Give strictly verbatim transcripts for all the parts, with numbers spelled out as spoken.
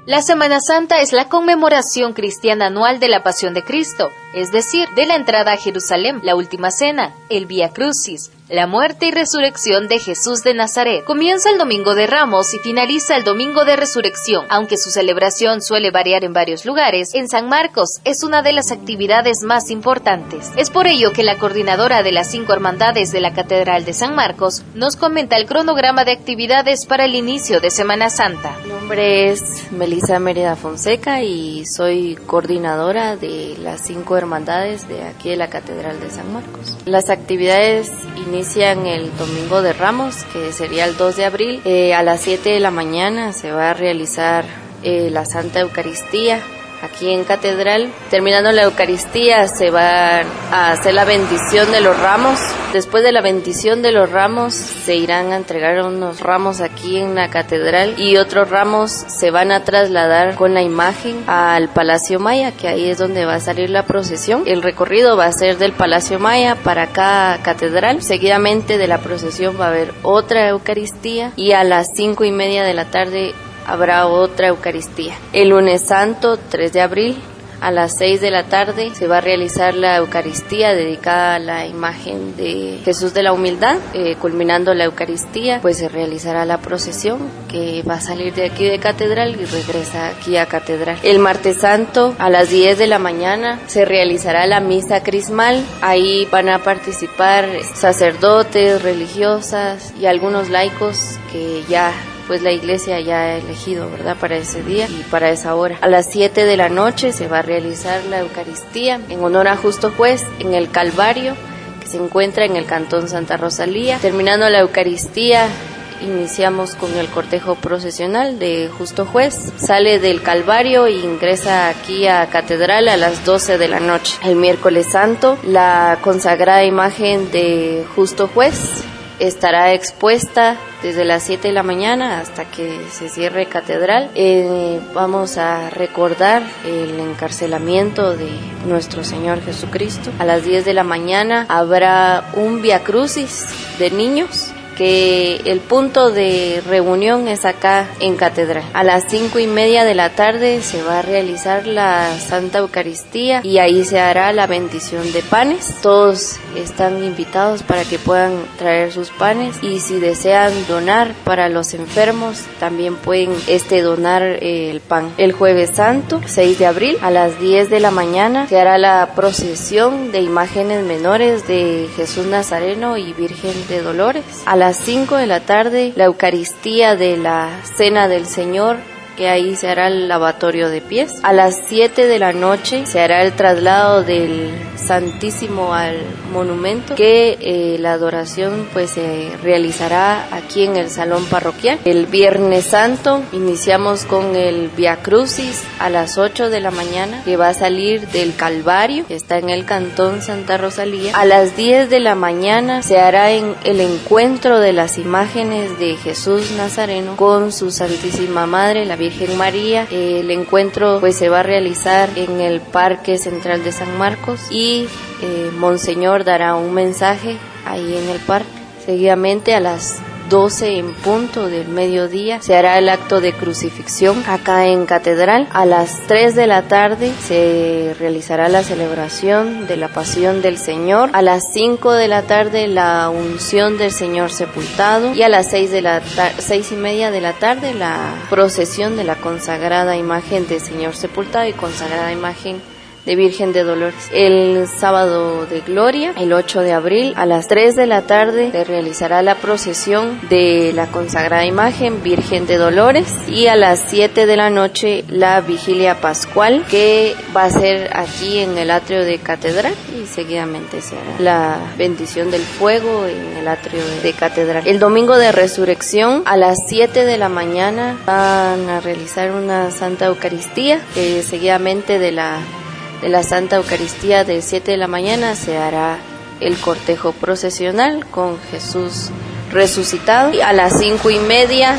La Semana Santa es la conmemoración cristiana anual de la Pasión de Cristo, es decir, de la entrada a Jerusalén, la Última Cena, el Vía Crucis, la muerte y resurrección de Jesús de Nazaret. Comienza el Domingo de Ramos y finaliza el Domingo de Resurrección. Aunque su celebración suele variar en varios lugares, en San Marcos es una de las actividades más importantes. Es por ello que la coordinadora de las cinco hermandades de la Catedral de San Marcos nos comenta el cronograma de actividades para el inicio de Semana Santa. Mi nombre es Melissa Mérida Fonseca y soy coordinadora de las cinco hermandades de aquí de la Catedral de San Marcos. Las actividades inician el Domingo de Ramos, que sería el dos de abril. Eh, a las siete de la mañana se va a realizar eh, la Santa Eucaristía aquí en Catedral. Terminando la Eucaristía se va a hacer la bendición de los ramos. Después de la bendición de los ramos se irán a entregar unos ramos aquí en la Catedral y otros ramos se van a trasladar con la imagen al Palacio Maya, que ahí es donde va a salir la procesión. El recorrido va a ser del Palacio Maya para cada catedral. Seguidamente de la procesión va a haber otra Eucaristía y a las cinco y media de la tarde habrá otra Eucaristía. El lunes santo, tres de abril, a las seis de la tarde se va a realizar la Eucaristía dedicada a la imagen de Jesús de la Humildad. Eh, culminando la Eucaristía, pues se realizará la procesión que va a salir de aquí de Catedral y regresa aquí a Catedral. El martes santo, a las diez de la mañana, se realizará la misa crismal. Ahí van a participar sacerdotes, religiosas y algunos laicos que ya pues la iglesia ya ha elegido, ¿verdad?, para ese día y para esa hora. A las siete de la noche se va a realizar la Eucaristía en honor a Justo Juez en el Calvario, que se encuentra en el Cantón Santa Rosalía. Terminando la Eucaristía, iniciamos con el cortejo procesional de Justo Juez. Sale del Calvario e ingresa aquí a Catedral a las doce de la noche. El miércoles santo, la consagrada imagen de Justo Juez estará expuesta desde las siete de la mañana hasta que se cierre Catedral. Eh, vamos a recordar el encarcelamiento de nuestro Señor Jesucristo. A las diez de la mañana habrá un Vía Crucis de niños, que el punto de reunión es acá en Catedral. A las cinco y media de la tarde se va a realizar la Santa Eucaristía y ahí se hará la bendición de panes. Todos están invitados para que puedan traer sus panes y si desean donar para los enfermos también pueden este donar eh, el pan. El jueves santo, seis de abril, a las diez de la mañana se hará la procesión de imágenes menores de Jesús Nazareno y Virgen de Dolores. A las cinco de la tarde, la Eucaristía de la Cena del Señor, que ahí se hará el lavatorio de pies. A las siete de la noche se hará el traslado del Santísimo al monumento, que eh, la adoración pues se realizará aquí en el salón parroquial. El viernes santo iniciamos con el Vía Crucis a las ocho de la mañana, que va a salir del Calvario, que está en el Cantón Santa Rosalía. A las diez de la mañana se hará en el encuentro de las imágenes de Jesús Nazareno con su Santísima Madre, la Virgen María. El encuentro pues se va a realizar en el Parque Central de San Marcos y eh, Monseñor dará un mensaje ahí en el parque. Seguidamente a las doce en punto del mediodía se hará el acto de crucifixión acá en Catedral. A las tres de la tarde se realizará la celebración de la Pasión del Señor. A las cinco de la tarde la unción del Señor sepultado y a las seis de la tar- seis y media de la tarde la procesión de la consagrada imagen del Señor sepultado y consagrada imagen de Virgen de Dolores. El sábado de Gloria, el ocho de abril, a las tres de la tarde se realizará la procesión de la consagrada imagen Virgen de Dolores y a las siete de la noche la vigilia pascual, que va a ser aquí en el atrio de Catedral y seguidamente se hará la bendición del fuego en el atrio de Catedral. El domingo de Resurrección, a las siete de la mañana van a realizar una Santa Eucaristía, que seguidamente de la de la Santa Eucaristía de siete de la mañana se hará el cortejo procesional con Jesús resucitado y a las cinco y media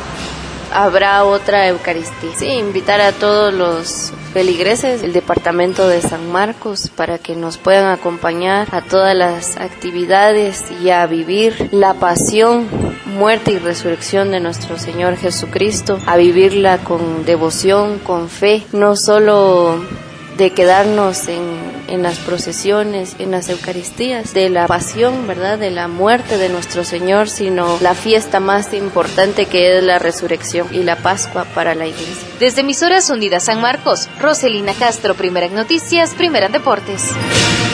habrá otra Eucaristía. Sí, invitar a todos los feligreses del departamento de San Marcos para que nos puedan acompañar a todas las actividades y a vivir la pasión muerte y resurrección de nuestro Señor Jesucristo, a vivirla con devoción, con fe, no solo de quedarnos en, en las procesiones, en las Eucaristías, de la pasión, ¿verdad?, de la muerte de nuestro Señor, sino la fiesta más importante que es la resurrección y la Pascua para la Iglesia. Desde Emisoras Unidas San Marcos, Roselina Castro, Primera en Noticias, Primera en Deportes.